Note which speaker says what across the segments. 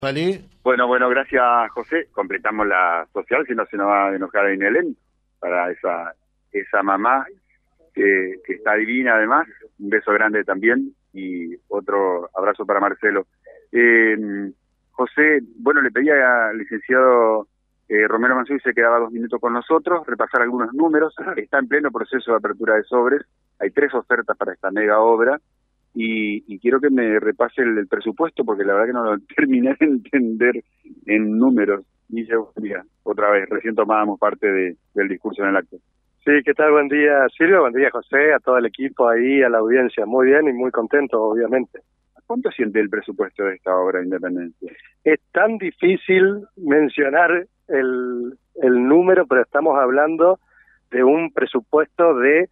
Speaker 1: ¿Vale?
Speaker 2: Bueno, gracias, José. Completamos la social, si no se nos va a enojar a Inelén, para esa mamá que está divina además. Un beso grande también y otro abrazo para Marcelo. José, le pedía al licenciado Romero Manzui, se quedaba 2 minutos con nosotros, repasar algunos números. Está en pleno proceso de apertura de sobres. Hay 3 ofertas para esta mega obra. Y quiero que me repase el presupuesto, porque la verdad que no lo terminé de entender en números. Y otra vez, recién tomábamos parte del discurso en el acto.
Speaker 3: Sí, ¿qué tal? Buen día, Silvio, buen día, José, a todo el equipo ahí, a la audiencia. Muy bien y muy contento, obviamente.
Speaker 2: ¿Cuánto siente el presupuesto de esta obra de Independencia?
Speaker 3: Es tan difícil mencionar el número, pero estamos hablando de un presupuesto de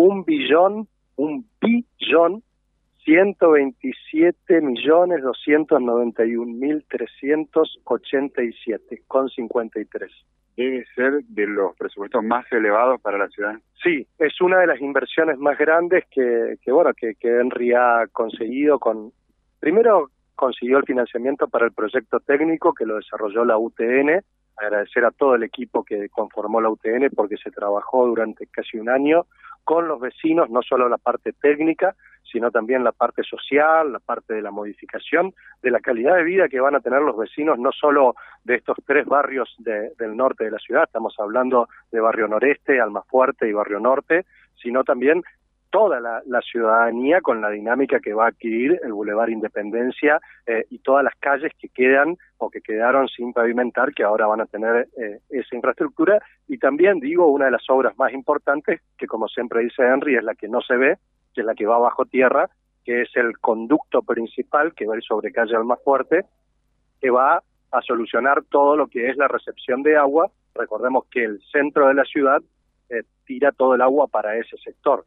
Speaker 3: 1.291.387,53.
Speaker 2: Debe ser de los presupuestos más elevados para la ciudad.
Speaker 3: Sí, es una de las inversiones más grandes que Henry ha conseguido. Primero consiguió el financiamiento para el proyecto técnico que lo desarrolló la UTN. Agradecer a todo el equipo que conformó la UTN porque se trabajó durante casi un año con los vecinos, no solo la parte técnica, sino también la parte social, la parte de la modificación, de la calidad de vida que van a tener los vecinos, no solo de estos 3 barrios del norte de la ciudad, estamos hablando de Barrio Noreste, Almafuerte y Barrio Norte, sino también toda la ciudadanía con la dinámica que va a adquirir el Boulevard Independencia y todas las calles que quedan o que quedaron sin pavimentar, que ahora van a tener esa infraestructura. Y también, una de las obras más importantes, que como siempre dice Henry, es la que no se ve, que es la que va bajo tierra, que es el conducto principal que va a ir sobre calle Almafuerte, que va a solucionar todo lo que es la recepción de agua. Recordemos que el centro de la ciudad tira todo el agua para ese sector.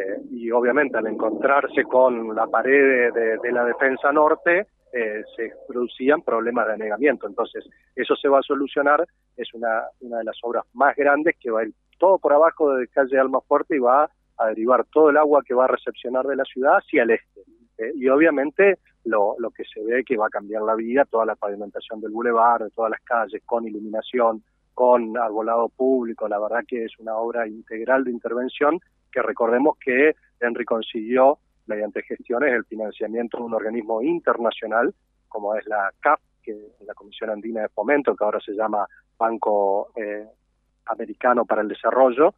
Speaker 3: Y obviamente al encontrarse con la pared de la defensa norte, se producían problemas de anegamiento. Entonces, eso se va a solucionar. Es una de las obras más grandes que va a ir todo por abajo de calle Almafuerte y va a derivar todo el agua que va a recepcionar de la ciudad hacia el este. Y obviamente lo que se ve que va a cambiar la vida, toda la pavimentación del bulevar, de todas las calles, con iluminación, con arbolado público. La verdad que es una obra integral de intervención que recordemos que Henry consiguió mediante gestiones el financiamiento de un organismo internacional como es la CAF, que es la Comisión Andina de Fomento, que ahora se llama Banco Americano para el Desarrollo,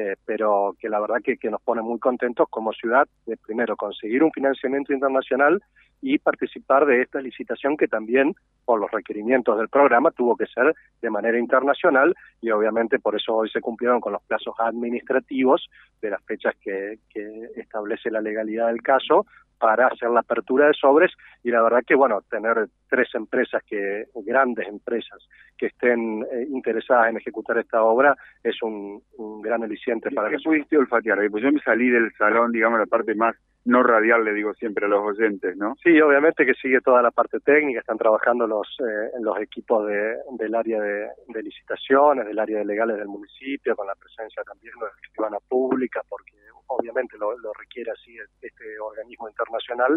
Speaker 3: pero que la verdad que nos pone muy contentos como ciudad de primero conseguir un financiamiento internacional y participar de esta licitación que también, por los requerimientos del programa, tuvo que ser de manera internacional y obviamente por eso hoy se cumplieron con los plazos administrativos de las fechas que establece la legalidad del caso para hacer la apertura de sobres. Y la verdad que, tener 3 empresas, grandes empresas, que estén interesadas en ejecutar esta obra es un gran aliciente para
Speaker 2: ¿Qué pudiste olfatear? Pues yo me salí del salón, la parte más no radial, le digo siempre a los oyentes, ¿no?
Speaker 3: Sí, obviamente que sigue toda la parte técnica, están trabajando los equipos del área de licitaciones, del área de legales del municipio, con la presencia también de la escribana pública, porque obviamente lo requiere así este organismo internacional.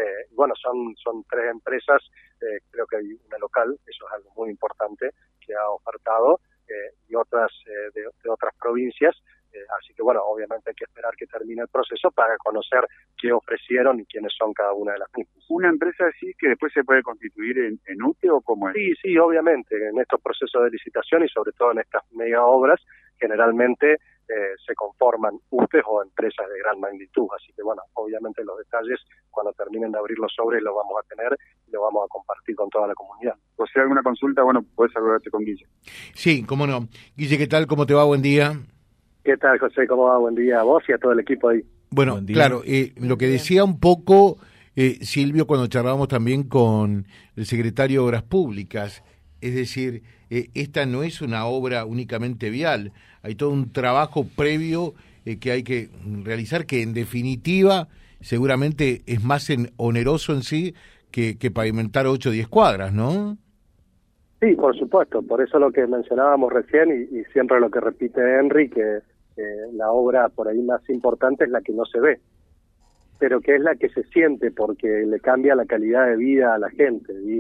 Speaker 3: Son 3 empresas, creo que hay una local, eso es algo muy importante, que ha ofertado, y otras de otras provincias. Así que obviamente hay que esperar que termine el proceso para conocer qué ofrecieron y quiénes son cada una de las mismas.
Speaker 2: ¿Una empresa así que después se puede constituir en UTE o cómo es?
Speaker 3: Sí, obviamente. En estos procesos de licitación y sobre todo en estas mega obras, generalmente se conforman UTEs o empresas de gran magnitud. Así que obviamente los detalles cuando terminen de abrir los sobres los vamos a tener y los vamos a compartir con toda la comunidad.
Speaker 2: O sea, alguna consulta, puedes saludarte con Guille.
Speaker 1: Sí, cómo no. Guille, ¿qué tal? ¿Cómo te va? Buen día.
Speaker 3: ¿Qué tal, José? ¿Cómo va? Buen día a vos y a todo el equipo ahí.
Speaker 1: Bueno, claro, lo que decía un poco Silvio cuando charlábamos también con el secretario de Obras Públicas, es decir, esta no es una obra únicamente vial, hay todo un trabajo previo que hay que realizar, que en definitiva seguramente es más oneroso en sí que pavimentar 8 o 10 cuadras, ¿no?
Speaker 3: Sí, por supuesto, por eso lo que mencionábamos recién y siempre lo que repite Henry, que la obra por ahí más importante es la que no se ve, pero que es la que se siente porque le cambia la calidad de vida a la gente.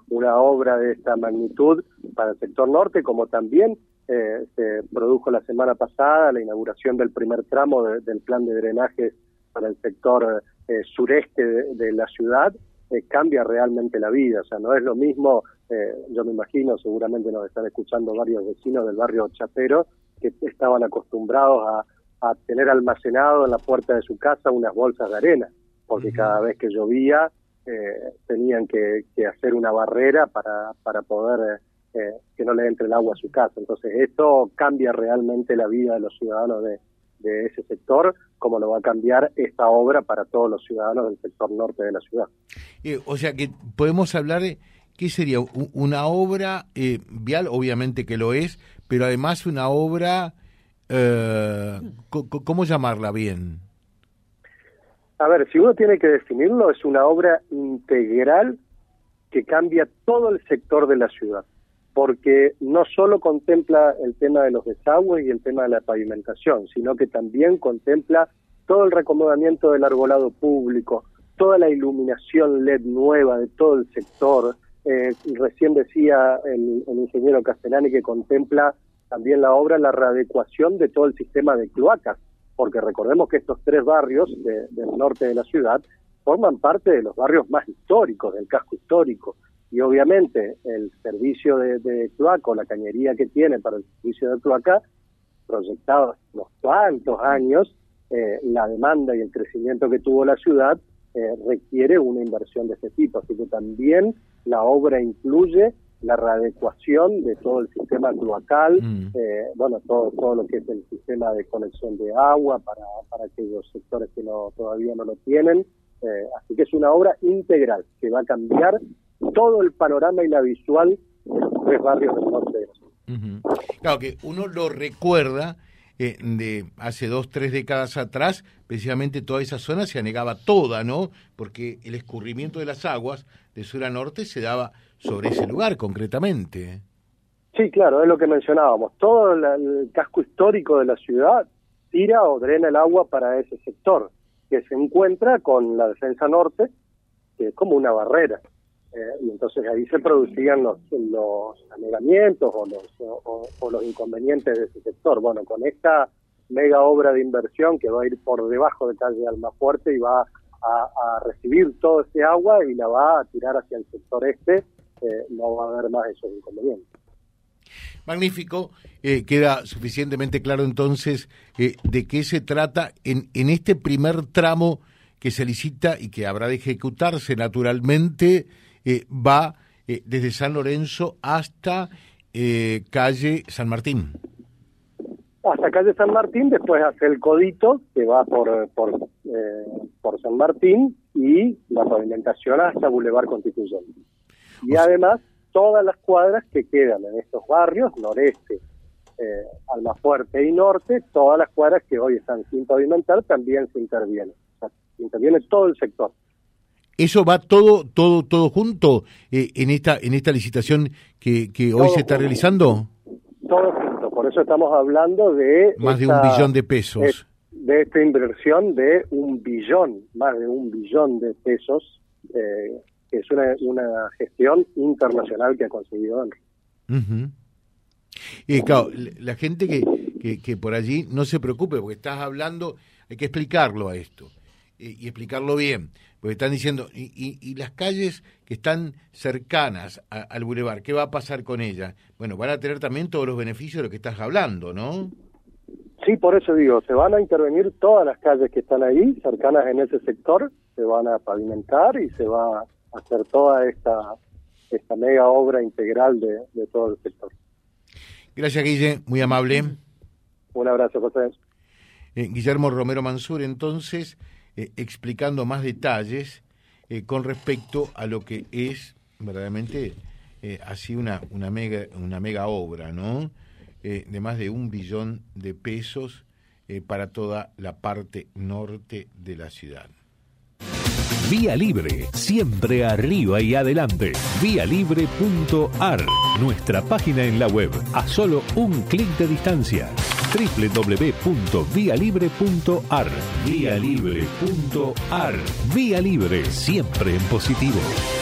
Speaker 3: una obra de esta magnitud para el sector norte, como también se produjo la semana pasada la inauguración del primer tramo del plan de drenaje para el sector sureste de la ciudad. Cambia realmente la vida, o sea, no es lo mismo, yo me imagino, seguramente nos están escuchando varios vecinos del barrio Chapero, que estaban acostumbrados a tener almacenado en la puerta de su casa unas bolsas de arena, porque cada vez que llovía tenían que hacer una barrera para poder que no le entre el agua a su casa. Entonces esto cambia realmente la vida de los ciudadanos de ese sector, como lo va a cambiar esta obra para todos los ciudadanos del sector norte de la ciudad.
Speaker 1: O sea que podemos hablar de, ¿qué sería? Una obra vial, obviamente que lo es, pero además una obra, ¿cómo llamarla bien?
Speaker 3: A ver, si uno tiene que definirlo, es una obra integral que cambia todo el sector de la ciudad, porque no solo contempla el tema de los desagües y el tema de la pavimentación, sino que también contempla todo el reacomodamiento del arbolado público, toda la iluminación LED nueva de todo el sector. Recién decía el ingeniero Castellani que contempla también la obra, la readecuación de todo el sistema de cloacas, porque recordemos que estos 3 barrios del norte de la ciudad forman parte de los barrios más históricos, del casco histórico. Y obviamente el servicio de cloaca, o la cañería que tiene para el servicio de cloaca, proyectado hace unos cuantos años, la demanda y el crecimiento que tuvo la ciudad requiere una inversión de este tipo. Así que también la obra incluye la readecuación de todo el sistema cloacal, todo lo que es el sistema de conexión de agua para aquellos sectores que todavía no lo tienen. Así que es una obra integral que va a cambiar todo el panorama y la visual de los 3 barrios del norte de la ciudad.
Speaker 1: Claro que uno lo recuerda de hace 2-3 décadas atrás, precisamente toda esa zona se anegaba toda, ¿no? Porque el escurrimiento de las aguas de sur a norte se daba sobre ese lugar concretamente.
Speaker 3: Sí, claro, es lo que mencionábamos. Todo el casco histórico de la ciudad tira o drena el agua para ese sector, que se encuentra con la defensa norte, que es como una barrera. Y entonces ahí se producían los anegamientos o los inconvenientes de ese sector. Bueno, con esta mega obra de inversión que va a ir por debajo de calle Almafuerte y va a recibir todo ese agua y la va a tirar hacia el sector este, no va a haber más esos inconvenientes.
Speaker 1: Magnífico, queda suficientemente claro entonces de qué se trata en este primer tramo que se licita y que habrá de ejecutarse naturalmente. Va desde San Lorenzo hasta calle San Martín.
Speaker 3: Hasta calle San Martín, después hace el codito que va por San Martín y la pavimentación hasta Boulevard Constituyente. Y además todas las cuadras que quedan en estos barrios, noreste, Almafuerte y norte, todas las cuadras que hoy están sin pavimentar también se intervienen. O sea, interviene todo el sector.
Speaker 1: ¿Eso va todo junto en esta licitación que hoy se está realizando? Todo junto,
Speaker 3: por eso estamos hablando de...
Speaker 1: Más de 1 billón de pesos.
Speaker 3: De esta inversión de más de 1 billón de pesos, que es una gestión internacional que ha conseguido Enri.
Speaker 1: Claro, la gente que por allí no se preocupe, porque estás hablando, hay que explicarlo a esto, y explicarlo bien. Porque están diciendo, y las calles que están cercanas al bulevar, ¿qué va a pasar con ellas? Bueno, van a tener también todos los beneficios de lo que estás hablando, ¿no?
Speaker 3: Sí, por eso digo, se van a intervenir todas las calles que están ahí, cercanas en ese sector, se van a pavimentar y se va a hacer toda esta mega obra integral de todo el sector.
Speaker 1: Gracias, Guille, muy amable.
Speaker 3: Un abrazo, José.
Speaker 1: Guillermo Romero Mansur, entonces, explicando más detalles con respecto a lo que es verdaderamente así una mega obra, ¿no? De más de 1 billón de pesos para toda la parte norte de la ciudad.
Speaker 4: Vía Libre, siempre arriba y adelante. Vialibre.ar, nuestra página en la web, a solo 1 clic de distancia. www.vialibre.ar. Vialibre.ar. Vía Libre, siempre en positivo.